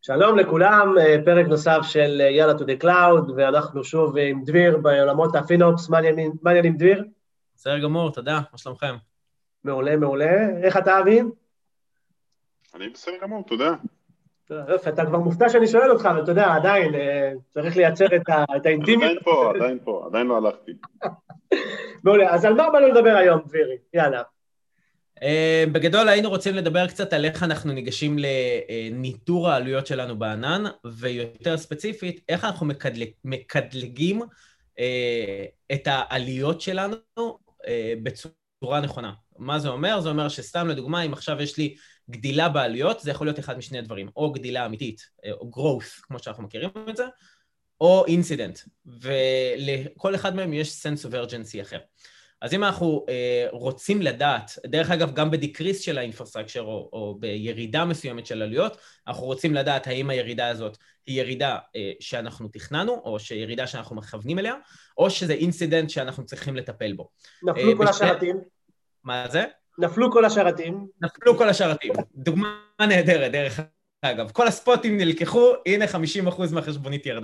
שלום לכולם, פרק נוסף של יאללה to the cloud, ואנחנו שוב עם דביר בעולמות הפינופס. מה העניינים דביר? בסדר גמור, תודה, מה שלומכם? מעולה, מעולה. איך אתה אבי? אני בסדר גמור, תודה. אתה כבר מופתע שאני שואל אותך, אבל אתה יודע, עדיין צריך לייצר את האינטימיות. עדיין פה, עדיין לא הלכתי. מעולה, אז על מה באנו לדבר היום דבירי? יאללה. בגדול היינו רוצים לדבר קצת על איך אנחנו ניגשים לניטור העלויות שלנו בענן, ויותר ספציפית, איך אנחנו מקדלגים את העליות שלנו בצורה נכונה. מה זה אומר? זה אומר שסתם לדוגמה, אם עכשיו יש לי גדילה בעלויות, זה יכול להיות אחד משני דברים, או גדילה אמיתית, או growth, כמו שאנחנו מכירים את זה, או incident, ולכל אחד מהם יש sense of urgency אחר. אז אם אנחנו רוצים לדעת, דרך אגב, גם בדיקריס של האינפרסטרקצ'ר, או בירידה מסוימת של עלויות, אנחנו רוצים לדעת האם הירידה הזאת היא ירידה שאנחנו תכננו, או שירידה שאנחנו מכוונים אליה, או שזה אינסידנט שאנחנו צריכים לטפל בו. נפלו כל השרתים. מה זה? נפלו כל השרתים. נפלו כל השרתים. דוגמה נהדרת, דרך אגב. כל הספוטים נלקחו, הנה 50% מהחשבונית ירדה.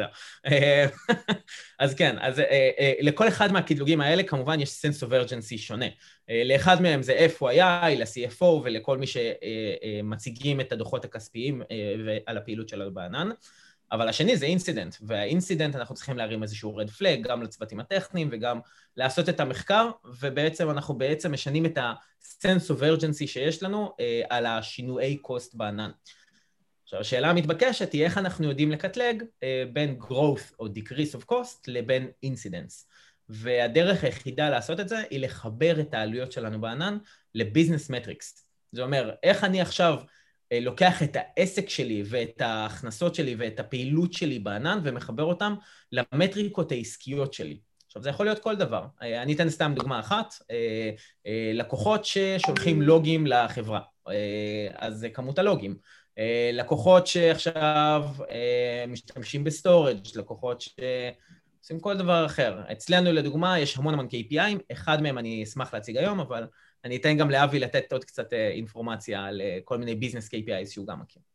אז כן, אז לכל אחד מהקדלוגים האלה כמובן יש sense of urgency שונה. לאחד מהם זה FYI, ל-CFO ולכל מי שמציגים את הדוחות הכספיים על הפעילות שלנו בענן. אבל השני זה אינסידנט, והאינסידנט אנחנו צריכים להרים איזשהו red flag, גם לצוותים הטכניים וגם לעשות את המחקר, ובעצם אנחנו בעצם משנים את ה-sense of urgency שיש לנו על השינויי cost בענן. עכשיו, השאלה המתבקשת היא איך אנחנו יודעים לקטלג בין growth או decrease of cost לבין incidents. והדרך היחידה לעשות את זה היא לחבר את העלויות שלנו בענן לביזנס מטריקס. זה אומר, איך אני עכשיו לוקח את העסק שלי ואת ההכנסות שלי ואת הפעילות שלי בענן ומחבר אותם למטריקות העסקיות שלי. עכשיו, זה יכול להיות כל דבר. אני אתן סתם דוגמה אחת, לקוחות ששולחים לוגים לחברה, אז זה כמות הלוגים. לקוחות שעכשיו משתמשים בסטורג', לקוחות שעושים כל דבר אחר. אצלנו לדוגמה יש המון KPI'ים, אחד מהם אני אשמח להציג היום, אבל אני אתן גם לאבי לתת עוד קצת אינפורמציה על כל מיני ביזנס KPIs שהוא גם מכיר.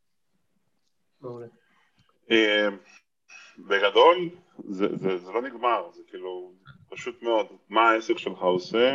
בגדול, זה לא נגמר, זה כאילו פשוט מאוד, מה העסק שלך עושה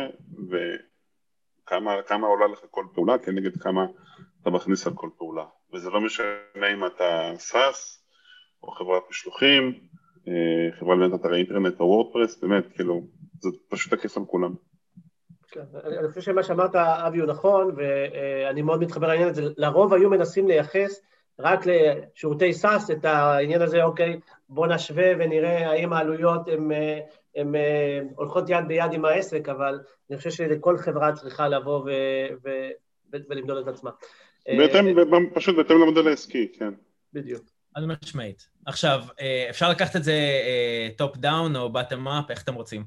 וכמה עולה לך כל פעולה, כנגד כמה אתה מכניס על כל פעולה. וזה לא משנה אם אתה סאס, או חברת משלוחים, חברה לבנת אתרי אינטרנט או וורדפרס, באמת, כאילו, זה פשוט תקף על כולם. כן, אני חושב שמה שאמרת, אבי, הוא נכון, ואני מאוד מתחבר לעניין הזה. לרוב היו מנסים לייחס רק לשירותי סאס את העניין הזה, אוקיי, בוא נשווה ונראה האם העלויות הן הולכות יד ביד עם העסק, אבל אני חושב שלכל חברה צריכה לבוא ולמדוד את עצמה. פשוט בהתאם למודל העסקי, כן. בדיוק. אז משמעית. עכשיו, אפשר לקחת את זה טופ דאון או בטם אפ, איך אתם רוצים?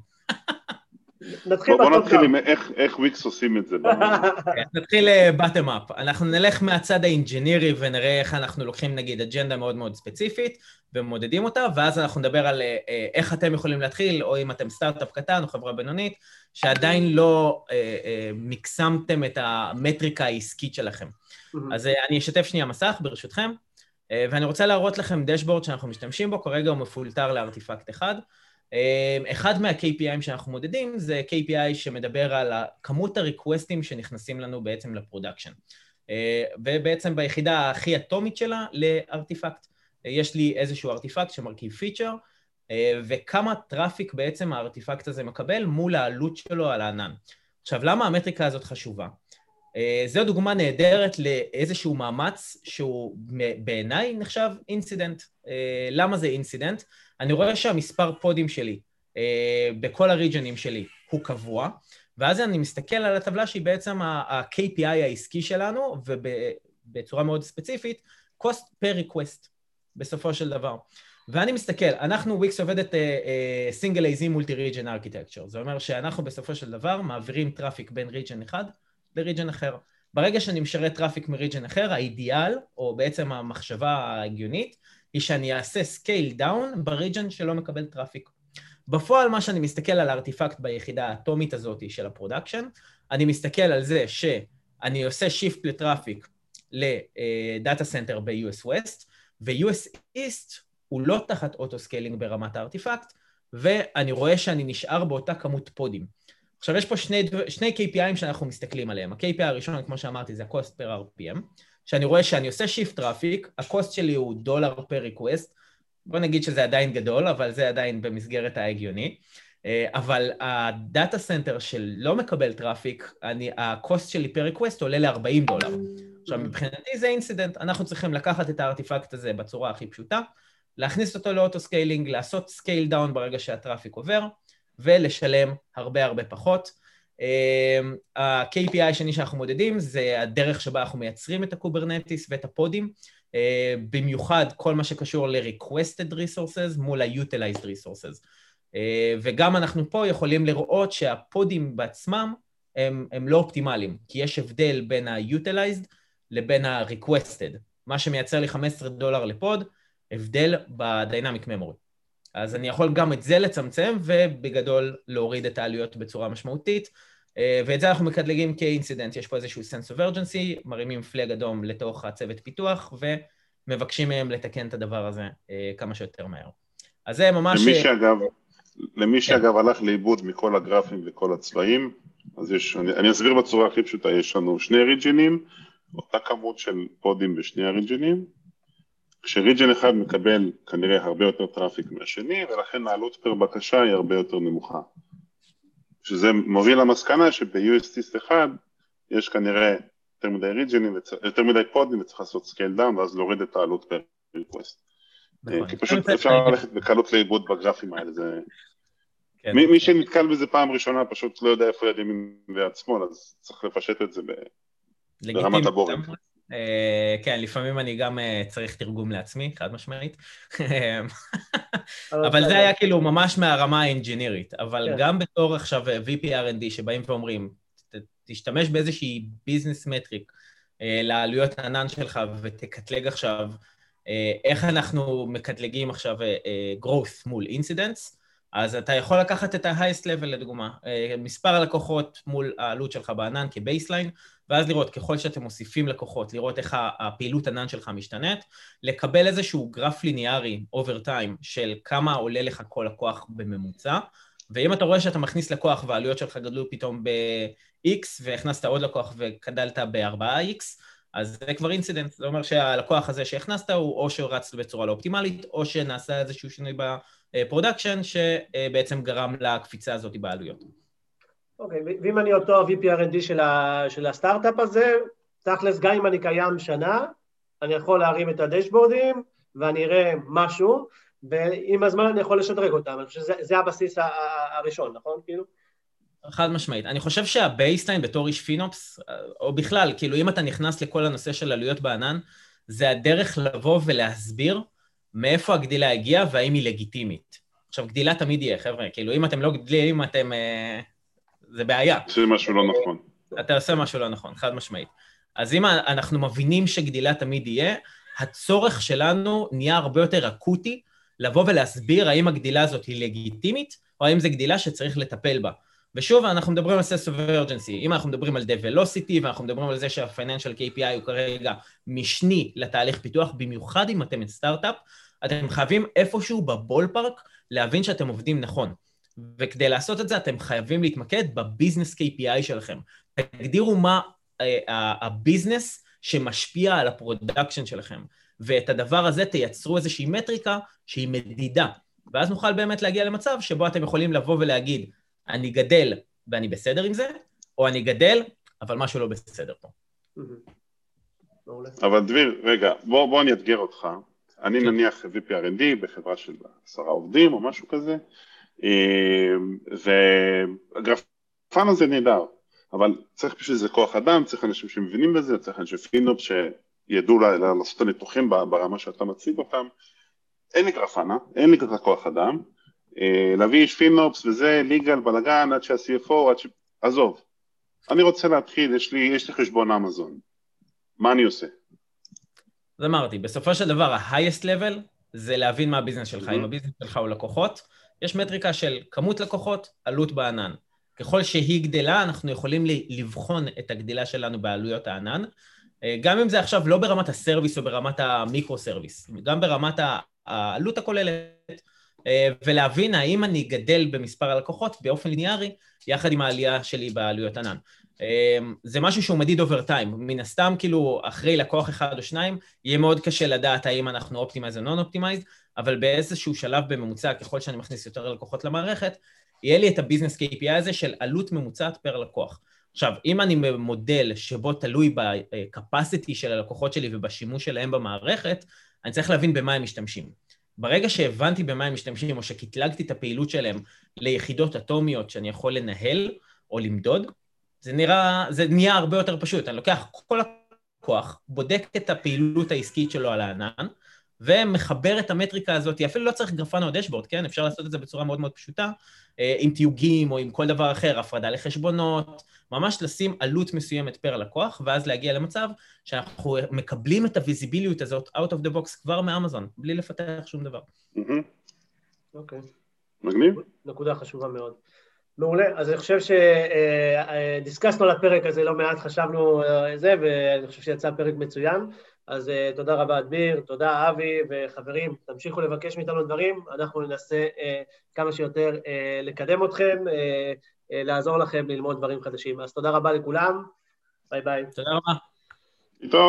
בוא נתחיל עם איך וויקס עושים את זה. נתחיל בטם אפ. אנחנו נלך מהצד האינג'ינירי ונראה איך אנחנו לוקחים נגיד אג'נדה מאוד מאוד ספציפית ומודדים אותה, ואז אנחנו נדבר על איך אתם יכולים להתחיל, או אם אתם סטארט-אפ קטן או חברה בינונית, שעדיין לא מקסמתם את המטריקה העסקית שלכם. אז אני אשתף שנייה מסך ברשותכם, ואני רוצה להראות לכם דשבורד שאנחנו משתמשים בו, כרגע הוא מפולטר לארטיפקט אחד. אחד מה-KPI'ים שאנחנו מודדים זה KPI שמדבר על כמות הריקווסטים שנכנסים לנו בעצם לפרודקשן. ובעצם ביחידה הכי אטומית שלה לארטיפקט. יש לי איזשהו ארטיפקט שמרכיב פיצ'ר, וכמה טראפיק בעצם הארטיפקט הזה מקבל מול העלות שלו על הענן. עכשיו, למה המטריקה הזאת חשובה? זו דוגמה נהדרת לאיזשהו מאמץ שהוא בעיניי נחשב אינסידנט. למה זה אינסידנט? אני רואה שהמספר פודים שלי בכל הריג'נים שלי הוא קבוע, ואז אני מסתכל על הטבלה שהיא בעצם ה-KPI העסקי שלנו, ובצורה מאוד ספציפית, cost per request בסופו של דבר. ואני מסתכל, אנחנו וויקס עובדת single AZ multi-region architecture, זה אומר שאנחנו בסופו של דבר מעבירים טראפיק בין ריג'ן אחד לריג'ן אחר. ברגע שאני משרת טראפיק מריג'ן אחר, האידיאל, או בעצם המחשבה ההגיונית, היא שאני אעשה סקייל דאון בריג'ן שלא מקבל טראפיק. בפועל מה שאני מסתכל על הארטיפקט ביחידה האטומית הזאת של הפרודקשן, אני מסתכל על זה שאני עושה שיפט לטראפיק לדאטה סנטר ב-US West, ו-US East הוא לא תחת אוטו-סקיילינג ברמת הארטיפקט, ואני רואה שאני נשאר באותה כמות פודים. עכשיו, יש פה שני KPI'ים שאנחנו מסתכלים עליהם. ה-KPI הראשון, כמו שאמרתי, זה ה-Cost per RPM, שאני רואה שאני עושה Shift Traffic, ה-Cost שלי הוא $1 per request, בוא נגיד שזה עדיין גדול, אבל זה עדיין במסגרת ההגיוני, אבל הדאטה סנטר שלא מקבל טראפיק, ה-Cost שלי per request עולה ל$40. עכשיו, מבחינתי זה אינסידנט, אנחנו צריכים לקחת את הארטיפקט הזה בצורה הכי פשוטה, להכניס אותו לאוטו-סקיילינג, לעשות סקייל דאון ברגע שהטראפיק עובר, ולשלם הרבה הרבה פחות. ה-KPI השני שאנחנו מודדים זה הדרך שבה אנחנו מייצרים את הקוברנטיס ואת הפודים, במיוחד כל מה שקשור ל-requested resources מול ה-utilized resources. וגם אנחנו פה יכולים לראות שהפודים בעצמם הם לא אופטימליים, כי יש הבדל בין ה-utilized לבין ה-requested. מה שמייצר לי $15 לפוד, הבדל ב-Dynamic Memory. אז אני יכול גם את זה לצמצם, ובגדול להוריד את העלויות בצורה משמעותית, ואת זה אנחנו מקדלגים כאינסידנט. יש פה איזשהו sense of urgency, מרימים פלג אדום לתוך הצוות פיתוח, ומבקשים מהם לתקן את הדבר הזה כמה שיותר מהר. אז זה ממש... למי שאגב הלך לאיבוד מכל הגרפים וכל הצבעים, אז אני אסביר בצורה הכי פשוטה, יש לנו שני ריג'ינים, אותה כמות של פודים בשני הריג'ינים, כשריג'ן אחד מקבל כנראה הרבה יותר טראפיק מהשני, ולכן העלות פר בקשה היא הרבה יותר נמוכה. שזה מוביל למסקנה שב-UST אחד יש כנראה יותר מדי ריג'נים, יותר מדי פודים, וצריך לעשות סקייל דאון, ואז להוריד את העלות פר ריקווסט. כי פשוט אפשר ללכת בקלות לאיבוד בגרפים האלה. מי שנתקל בזה פעם ראשונה פשוט לא יודע איפה יד ימין ויד שמאל, אז צריך לפשט את זה ברמת הבורג. כן, לפעמים אני גם צריך תרגום לעצמי, חד משמעית. אבל זה היה כאילו ממש מהרמה האינג'ינירית, אבל גם בתור עכשיו VP R&D שבאים ואומרים, תשתמש באיזושהי ביזנס מטריק לעלויות הענן שלך ותקטלג עכשיו, איך אנחנו מקטלגים עכשיו growth מול incidents, אז אתה יכול לקחת את ה-highest level לדוגמה, מספר הלקוחות מול העלות שלך בענן כבייסליין, ואז לראות ככל שאתם מוסיפים לקוחות, לראות איך הפעילות ענן שלך משתנית, לקבל איזשהו גרף ליניארי over time של כמה עולה לך כל לקוח בממוצע, ואם אתה רואה שאתה מכניס לקוח והעלויות שלך גדלו פתאום ב-X, והכנסת עוד לקוח וגדלת ב-4X, אז זה כבר אינסידנט, זה אומר שהלקוח הזה שהכנסת הוא או שרץ בצורה לא אופטימלית, או שנעשה איזשהו שינוי בפרודקשן, שבעצם גרם לקפיצה הזאת בעלויות. אוקיי, ואם אני אותו VP R&D של הסטארט-אפ הזה, תכלס גם אם אני קיים שנה, אני יכול להרים את הדשבורדים, ואני אראה משהו, ועם הזמן אני יכול לשדרג אותם. אני חושב שזה הבסיס הראשון, נכון? כאילו? חד משמעית. אני חושב שהבייסליין בתור איש פינופס, או בכלל, כאילו אם אתה נכנס לכל הנושא של עלויות בענן, זה הדרך לבוא ולהסביר מאיפה הגדילה הגיעה והאם היא לגיטימית. עכשיו, גדילה תמיד יהיה, חבר'ה, כאילו אם אתם לא גדלים, אתם... זה בעיה. זה משהו לא נכון. אתה עושה משהו לא נכון, חד משמעית. אז אם אנחנו מבינים שגדילה תמיד יהיה, הצורך שלנו נהיה הרבה יותר אקוטי, לבוא ולהסביר האם הגדילה הזאת היא לגיטימית, או האם זו גדילה שצריך לטפל בה. ושוב, אנחנו מדברים על sense of urgency. אם אנחנו מדברים על velocity, ואנחנו מדברים על זה שה-financial KPI הוא כרגע משני לתהליך פיתוח, במיוחד אם אתם סטארט-אפ, אתם חייבים איפשהו בבול פארק להבין שאתם עובדים נכון. וכדי לעשות את זה, אתם חייבים להתמקד בביזנס KPI שלכם. תגדירו מה הביזנס שמשפיע על הפרודקשן שלכם. ואת הדבר הזה תייצרו איזושהי מטריקה שהיא מדידה. ואז נוכל באמת להגיע למצב שבו אתם יכולים לבוא ולהגיד, אני גדל ואני בסדר עם זה, או אני גדל, אבל משהו לא בסדר פה. אבל דביר, רגע, בוא אני אתגר אותך. אני נניח VP R&D בחברה של 10 עובדים או משהו כזה, והגרפן הזה נהדר, אבל צריך בשביל זה כוח אדם, צריך אנשים שמבינים בזה, צריך אנשים פינופס שידעו לעשות את הניתוחים ברמה שאתה מציג אותם. אין לי גרפנה, אין לי ככה כוח אדם, להביא איש פינופס וזה ליגל בלגן עד שה-CFO, עזוב, אני רוצה להתחיל, יש לי חשבון אמזון, מה אני עושה? אז אמרתי, בסופו של דבר, ה-highest level זה להבין מה הביזנס שלך, אם הביזנס שלך הוא לקוחות, יש מטריקה של כמות לקוחות, עלות בענן. ככל שהיא גדלה, אנחנו יכולים לבחון את הגדילה שלנו בעלויות הענן, גם אם זה עכשיו לא ברמת הסרוויס או ברמת המיקרו-סרוויס, גם ברמת העלות הכוללת, ולהבין האם אני גדל במספר הלקוחות באופן ליניארי, יחד עם העלייה שלי בעלויות ענן. זה משהו שהוא מדיד אובר טיים, מן הסתם כאילו אחרי לקוח אחד או שניים, יהיה מאוד קשה לדעת האם אנחנו אופטימייז או נון אופטימייז, אבל באיזשהו שלב בממוצע, ככל שאני מכניס יותר לקוחות למערכת, יהיה לי את הביזנס KPI הזה של עלות ממוצעת פר לקוח. עכשיו, אם אני במודל שבו תלוי בקפסיטי של הלקוחות שלי ובשימוש שלהם במערכת, אני צריך להבין במה הם משתמשים. ברגע שהבנתי במה הם משתמשים, או שקטלגתי את הפעילות שלהם ליחידות אטומיות שאני יכול לנהל או למדוד, זה נהיה הרבה יותר פשוט. אני לוקח כל לקוח, בודק את הפעילות העסקית שלו על הענן, ומחבר את המטריקה הזאת, אפילו לא צריך גרפן או דשבורד, כן? אפשר לעשות את זה בצורה מאוד מאוד פשוטה, עם תיוגים או עם כל דבר אחר, הפרדה לחשבונות, ממש לשים עלות מסוימת פר לקוח, ואז להגיע למצב שאנחנו מקבלים את הוויזיביליות הזאת out of the box כבר מאמזון, בלי לפתח שום דבר. אוקיי. מגניב? נקודה חשובה מאוד. מעולה, אז אני חושב שדיסקסנו על הפרק הזה לא מעט, חשבנו זה, ואני חושב שיצא פרק מצוין. אז תודה רבה אדמיר, תודה אבי, וחברים, תמשיכו לבקש מאיתנו דברים, אנחנו ננסה כמה שיותר לקדם אתכם, לעזור לכם ללמוד דברים חדשים. אז תודה רבה לכולם, ביי ביי. תודה רבה. טוב.